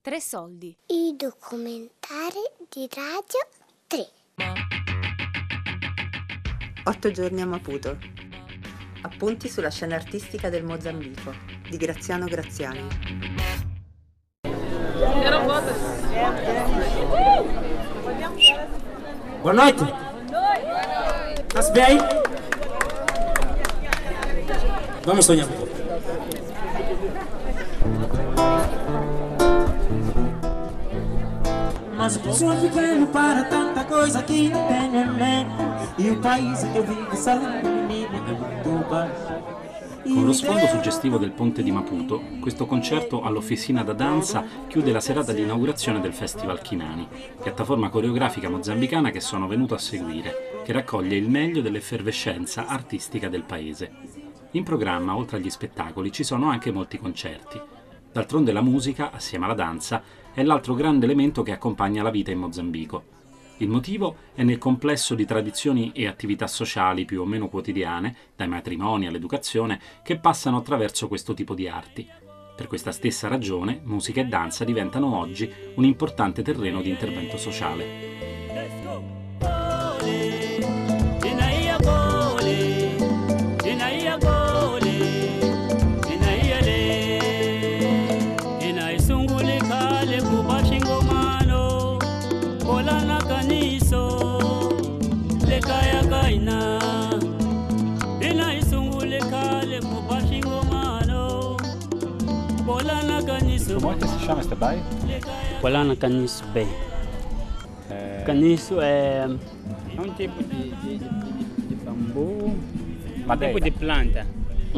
Tre soldi. I documentari di Radio 3. 8 giorni a Maputo. Appunti sulla scena artistica del Mozambico di Graziano Graziani. Boa noite. Tá-se bem? Vamos sonhar um pouco. Mas eu sou pequeno para tanta coisa que não tenho em mente. E o país que eu vivo, salário mínimo é muito baixo. Con lo sfondo suggestivo del ponte di Maputo, questo concerto all'Officina da Danza chiude la serata di inaugurazione del Festival Chinani, piattaforma coreografica mozambicana che sono venuto a seguire, che raccoglie il meglio dell'effervescenza artistica del paese. In programma, oltre agli spettacoli, ci sono anche molti concerti. D'altronde la musica, assieme alla danza, è l'altro grande elemento che accompagna la vita in Mozambico. Il motivo è nel complesso di tradizioni e attività sociali più o meno quotidiane, dai matrimoni all'educazione, che passano attraverso questo tipo di arti. Per questa stessa ragione, musica e danza diventano oggi un importante terreno di intervento sociale. Como é que se chama este bairro? Polana Caniço Bay. Caniço é um tipo de bambu, Madeira. tipo di planta.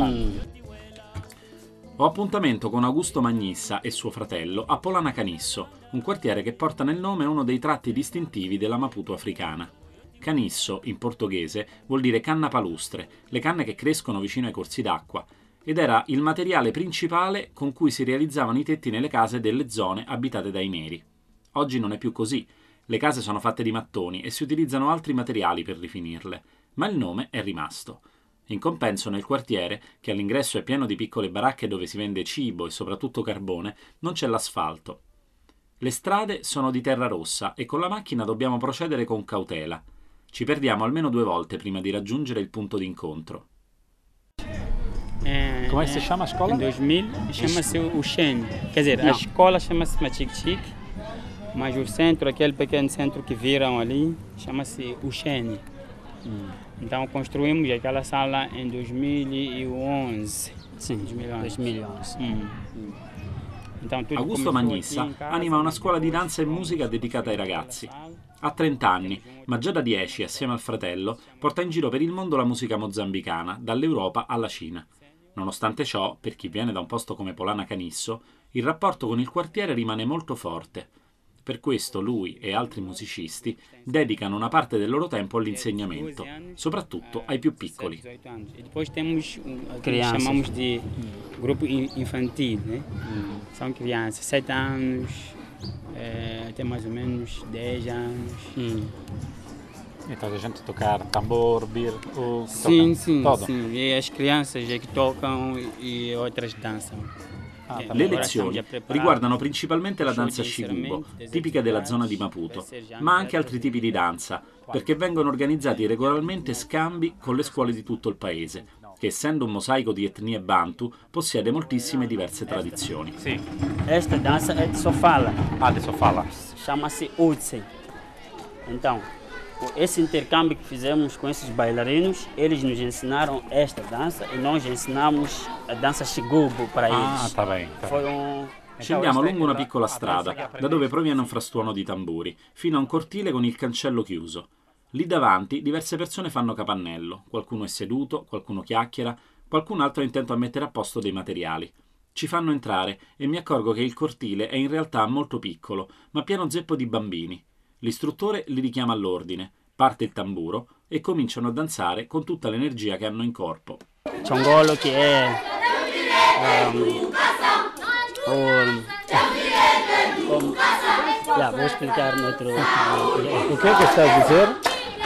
Ho appuntamento con Augusto Magnissa e suo fratello a Polana Canisso, un quartiere che porta nel nome uno dei tratti distintivi della Maputo africana. Canisso, in portoghese, vuol dire canna palustre, le canne che crescono vicino ai corsi d'acqua, ed era il materiale principale con cui si realizzavano i tetti nelle case delle zone abitate dai neri. Oggi non è più così, le case sono fatte di mattoni e si utilizzano altri materiali per rifinirle, ma il nome è rimasto. In compenso nel quartiere, che all'ingresso è pieno di piccole baracche dove si vende cibo e soprattutto carbone, non c'è l'asfalto. Le strade sono di terra rossa e con la macchina dobbiamo procedere con cautela. Ci perdiamo almeno 2 volte prima di raggiungere il punto d'incontro. Como é que se chama a escola? Em 2000 chama-se o Xen. Quer dizer, a escola chama-se Machique, mas o centro, aquele pequeno centro que viram ali, chama-se o Xen. Então construímos aquela sala em 2011. Sim, 2011. Então, tudo Augusto Magnissa anima una scuola di danza e musica dedicata ai ragazzi. Ha 30 anni, ma già da 10, assieme al fratello, porta in giro per il mondo la musica mozambicana, dall'Europa alla Cina. Nonostante ciò, per chi viene da un posto come Polana Canisso, il rapporto con il quartiere rimane molto forte. Per questo lui e altri musicisti dedicano una parte del loro tempo all'insegnamento, soprattutto ai più piccoli. E depois temos que chamamos de grupo infantil, né? São crianças, 7 anos, até mais ou menos 10 anos. Então a gente tocar tambor, birro, Sim, todo. sim. E as crianças é que tocam e outras dançam. Le lezioni riguardano principalmente la danza shikubo, tipica della zona di Maputo, ma anche altri tipi di danza, perché vengono organizzati regolarmente scambi con le scuole di tutto il paese, che essendo un mosaico di etnie bantu possiede moltissime diverse tradizioni. Sim. Esta dança é de Sofala. Ah, de Sofala. Chama-se Utse. Então, esse intercâmbio que fizemos com esses bailarinos, eles nos ensinaram esta dança e nós ensinamos a dança shigubo para eles. Ah, tá bem. Foi Scendiamo lungo una piccola strada, da dove proviene un frastuono di tamburi, fino a un cortile con il cancello chiuso. Lì davanti diverse persone fanno capannello, qualcuno è seduto, qualcuno chiacchiera, qualcun altro è intento a mettere a posto dei materiali. Ci fanno entrare e mi accorgo che il cortile è in realtà molto piccolo, ma pieno zeppo di bambini. L'istruttore li richiama all'ordine, parte il tamburo e cominciano a danzare con tutta l'energia che hanno in corpo. Chongolo che è vou explicar no outro. O que é que está a dizer?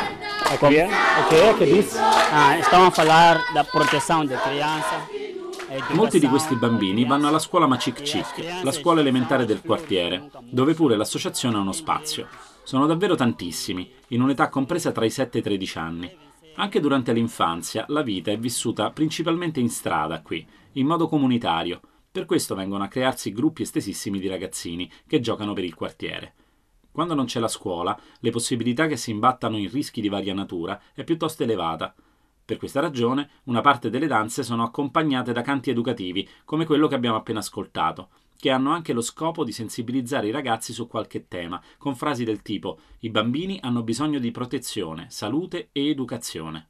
O que é que disse? Estão a falar da proteção da criança, Molti di questi bambini vanno alla scuola Machik Chik, la scuola elementare del quartiere, dove pure l'associazione ha uno spazio. Sono davvero tantissimi, in un'età compresa tra i 7 e i 13 anni. Anche durante l'infanzia la vita è vissuta principalmente in strada qui, in modo comunitario. Per questo vengono a crearsi gruppi estesissimi di ragazzini che giocano per il quartiere. Quando non c'è la scuola, le possibilità che si imbattano in rischi di varia natura è piuttosto elevata. Per questa ragione, una parte delle danze sono accompagnate da canti educativi, come quello che abbiamo appena ascoltato, che hanno anche lo scopo di sensibilizzare i ragazzi su qualche tema, con frasi del tipo: i bambini hanno bisogno di protezione, salute e educazione.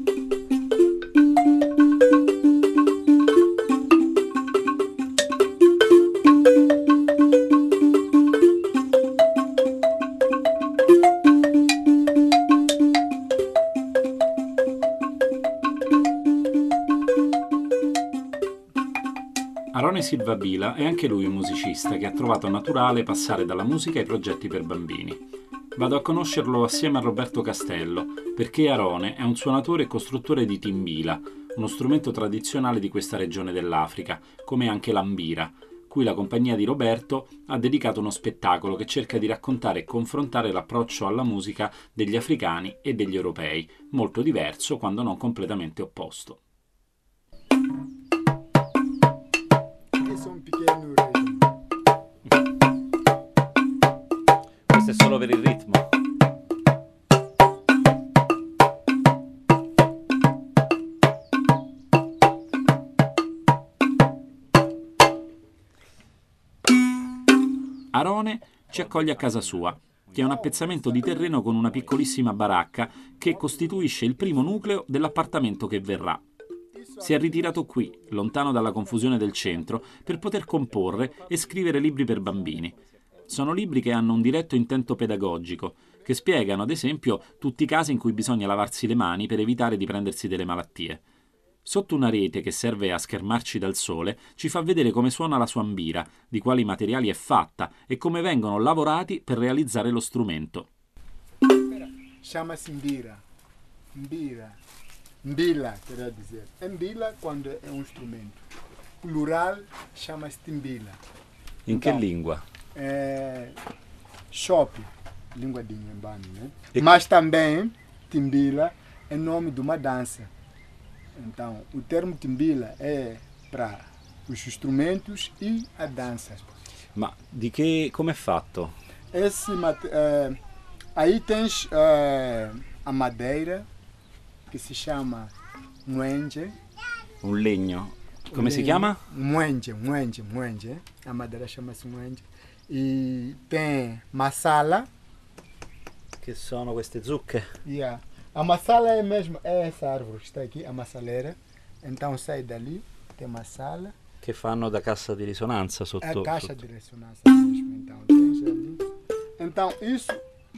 Arone Silvabila è anche lui un musicista che ha trovato naturale passare dalla musica ai progetti per bambini. Vado a conoscerlo assieme a Roberto Castello, perché Arone è un suonatore e costruttore di timbila, uno strumento tradizionale di questa regione dell'Africa, come anche l'ambira, cui la compagnia di Roberto ha dedicato uno spettacolo che cerca di raccontare e confrontare l'approccio alla musica degli africani e degli europei, molto diverso quando non completamente opposto. Questo è solo per il ritmo. Arone ci accoglie a casa sua, che è un appezzamento di terreno con una piccolissima baracca che costituisce il primo nucleo dell'appartamento che verrà. Si è ritirato qui, lontano dalla confusione del centro, per poter comporre e scrivere libri per bambini. Sono libri che hanno un diretto intento pedagogico, che spiegano, ad esempio, tutti i casi in cui bisogna lavarsi le mani per evitare di prendersi delle malattie. Sotto una rete che serve a schermarci dal sole, ci fa vedere come suona la sua ambira, di quali materiali è fatta e come vengono lavorati per realizzare lo strumento. Chama-se mbira. Mbira. Mbila, quer dizer. Mbila quando è un strumento. Plural chama-se timbila. In che lingua? Shop, língua de Inhambane, né? Mas também timbila é nome de uma dança. Então, o termo timbila é para os instrumentos e a dança. Ma di che, come è fatto? Aí tens a madeira, que se chama muenge. Un legno. Come si chiama? Muenge. A madeira chama-se muenge. E tem massala. Che sono queste zucche? Yeah. A massala é mesmo, é essa árvore que está aqui, a massaleira. Então sai dali, tem massala. Che fanno da cassa di risonanza sotto. É a caixa sotto. de ressonância mesmo, então tens ali. Então isso.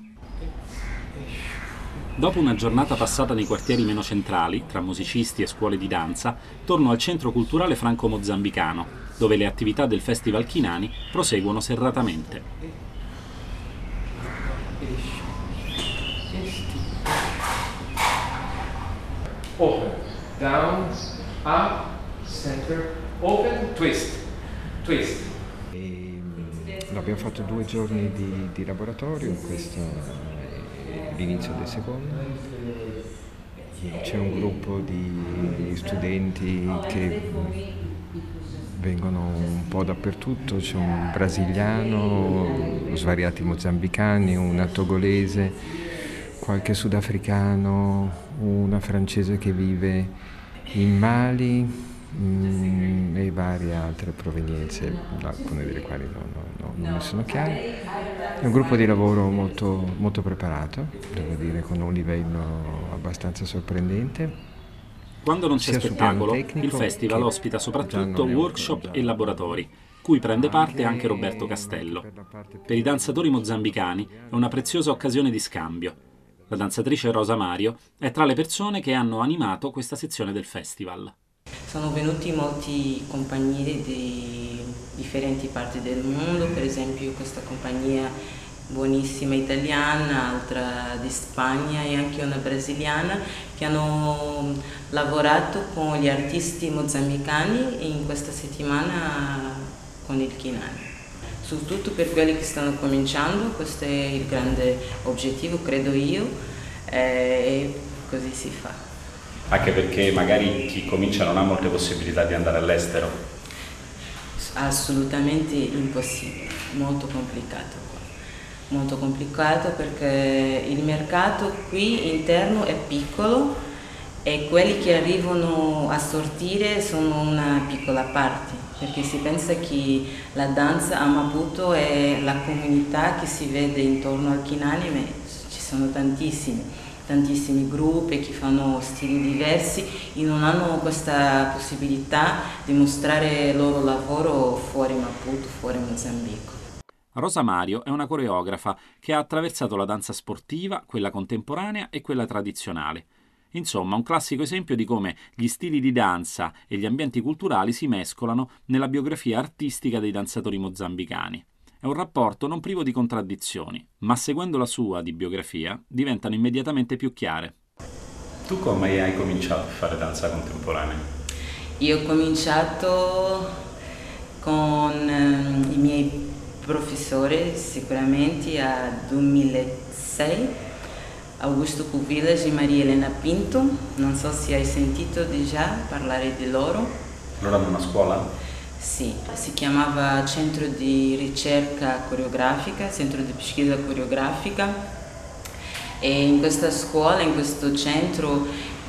Dopo una giornata passata nei quartieri meno centrali, tra musicisti e scuole di danza, torno al centro culturale franco-mozambicano, dove le attività del Festival Chinani proseguono serratamente. Open, down, up, center, open, twist, twist. Abbiamo fatto 2 giorni di laboratorio, questo è l'inizio del secondo. C'è un gruppo di studenti che vengono un po' dappertutto, c'è un brasiliano, svariati mozambicani, una togolese, qualche sudafricano, una francese che vive in Mali e varie altre provenienze, alcune delle quali non mi sono chiare. È un gruppo di lavoro molto preparato, devo dire, con un livello abbastanza sorprendente. Quando non c'è spettacolo, il festival ospita soprattutto workshop e laboratori, cui prende parte anche Roberto Castello. Per i danzatori mozambicani è una preziosa occasione di scambio. La danzatrice Rosa Mario è tra le persone che hanno animato questa sezione del festival. Sono venuti molte compagnie di differenti parti del mondo, per esempio questa compagnia buonissima italiana, altra di Spagna e anche una brasiliana che hanno lavorato con gli artisti mozambicani in questa settimana con il Kinani. Soprattutto per quelli che stanno cominciando, questo è il grande obiettivo, credo io, e così si fa. Anche perché magari chi comincia non ha molte possibilità di andare all'estero. Assolutamente impossibile, molto complicato. Molto complicato perché il mercato qui interno è piccolo e quelli che arrivano a sortire sono una piccola parte, perché si pensa che la danza a Maputo è la comunità che si vede intorno al Kinani, ma ci sono tantissimi gruppi che fanno stili diversi e non hanno questa possibilità di mostrare il loro lavoro fuori Maputo, fuori Mozambico. Rosa Mario è una coreografa che ha attraversato la danza sportiva, quella contemporanea e quella tradizionale. Insomma, un classico esempio di come gli stili di danza e gli ambienti culturali si mescolano nella biografia artistica dei danzatori mozambicani. È un rapporto non privo di contraddizioni, ma seguendo la sua di biografia diventano immediatamente più chiare. Tu come hai cominciato a fare danza contemporanea? Io ho cominciato con i miei professori sicuramente a 2006, Augusto Cuvillas e Maria Elena Pinto, non so se hai sentito già parlare di loro. Loro hanno una scuola? Sì, si chiamava Centro di Ricerca Coreografica, Centro di Pesquisa Coreografica, e in questa scuola, in questo centro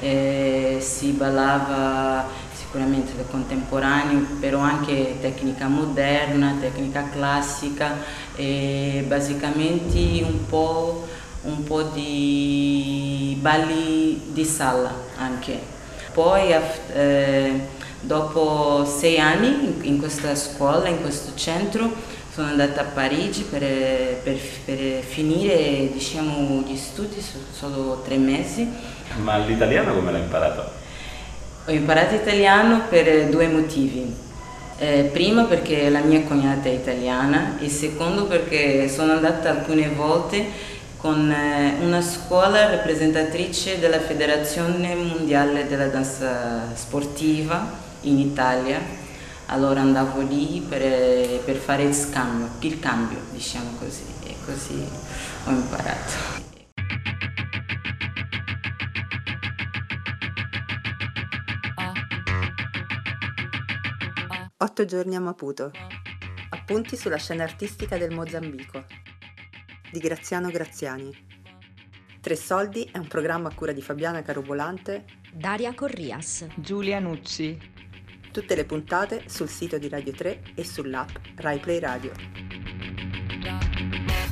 si ballava sicuramente il contemporaneo, però anche tecnica moderna, tecnica classica e basicamente un po' di balli di sala anche. Poi dopo 6 anni in questa scuola, in questo centro, sono andata a Parigi per finire, diciamo, gli studi, solo 3 mesi. Ma l'italiano come l'hai imparato? Ho imparato italiano per 2 motivi. Primo perché la mia cognata è italiana e secondo perché sono andata alcune volte con una scuola rappresentatrice della Federazione Mondiale della Danza Sportiva in Italia. Allora andavo lì per fare il cambio, diciamo così, e così ho imparato. 8 giorni a Maputo. Appunti sulla scena artistica del Mozambico. Di Graziano Graziani. 3 soldi è un programma a cura di Fabiana Carobolante, Daria Corrias, Giulia Nucci. Tutte le puntate sul sito di Radio 3 e sull'app Rai Play Radio.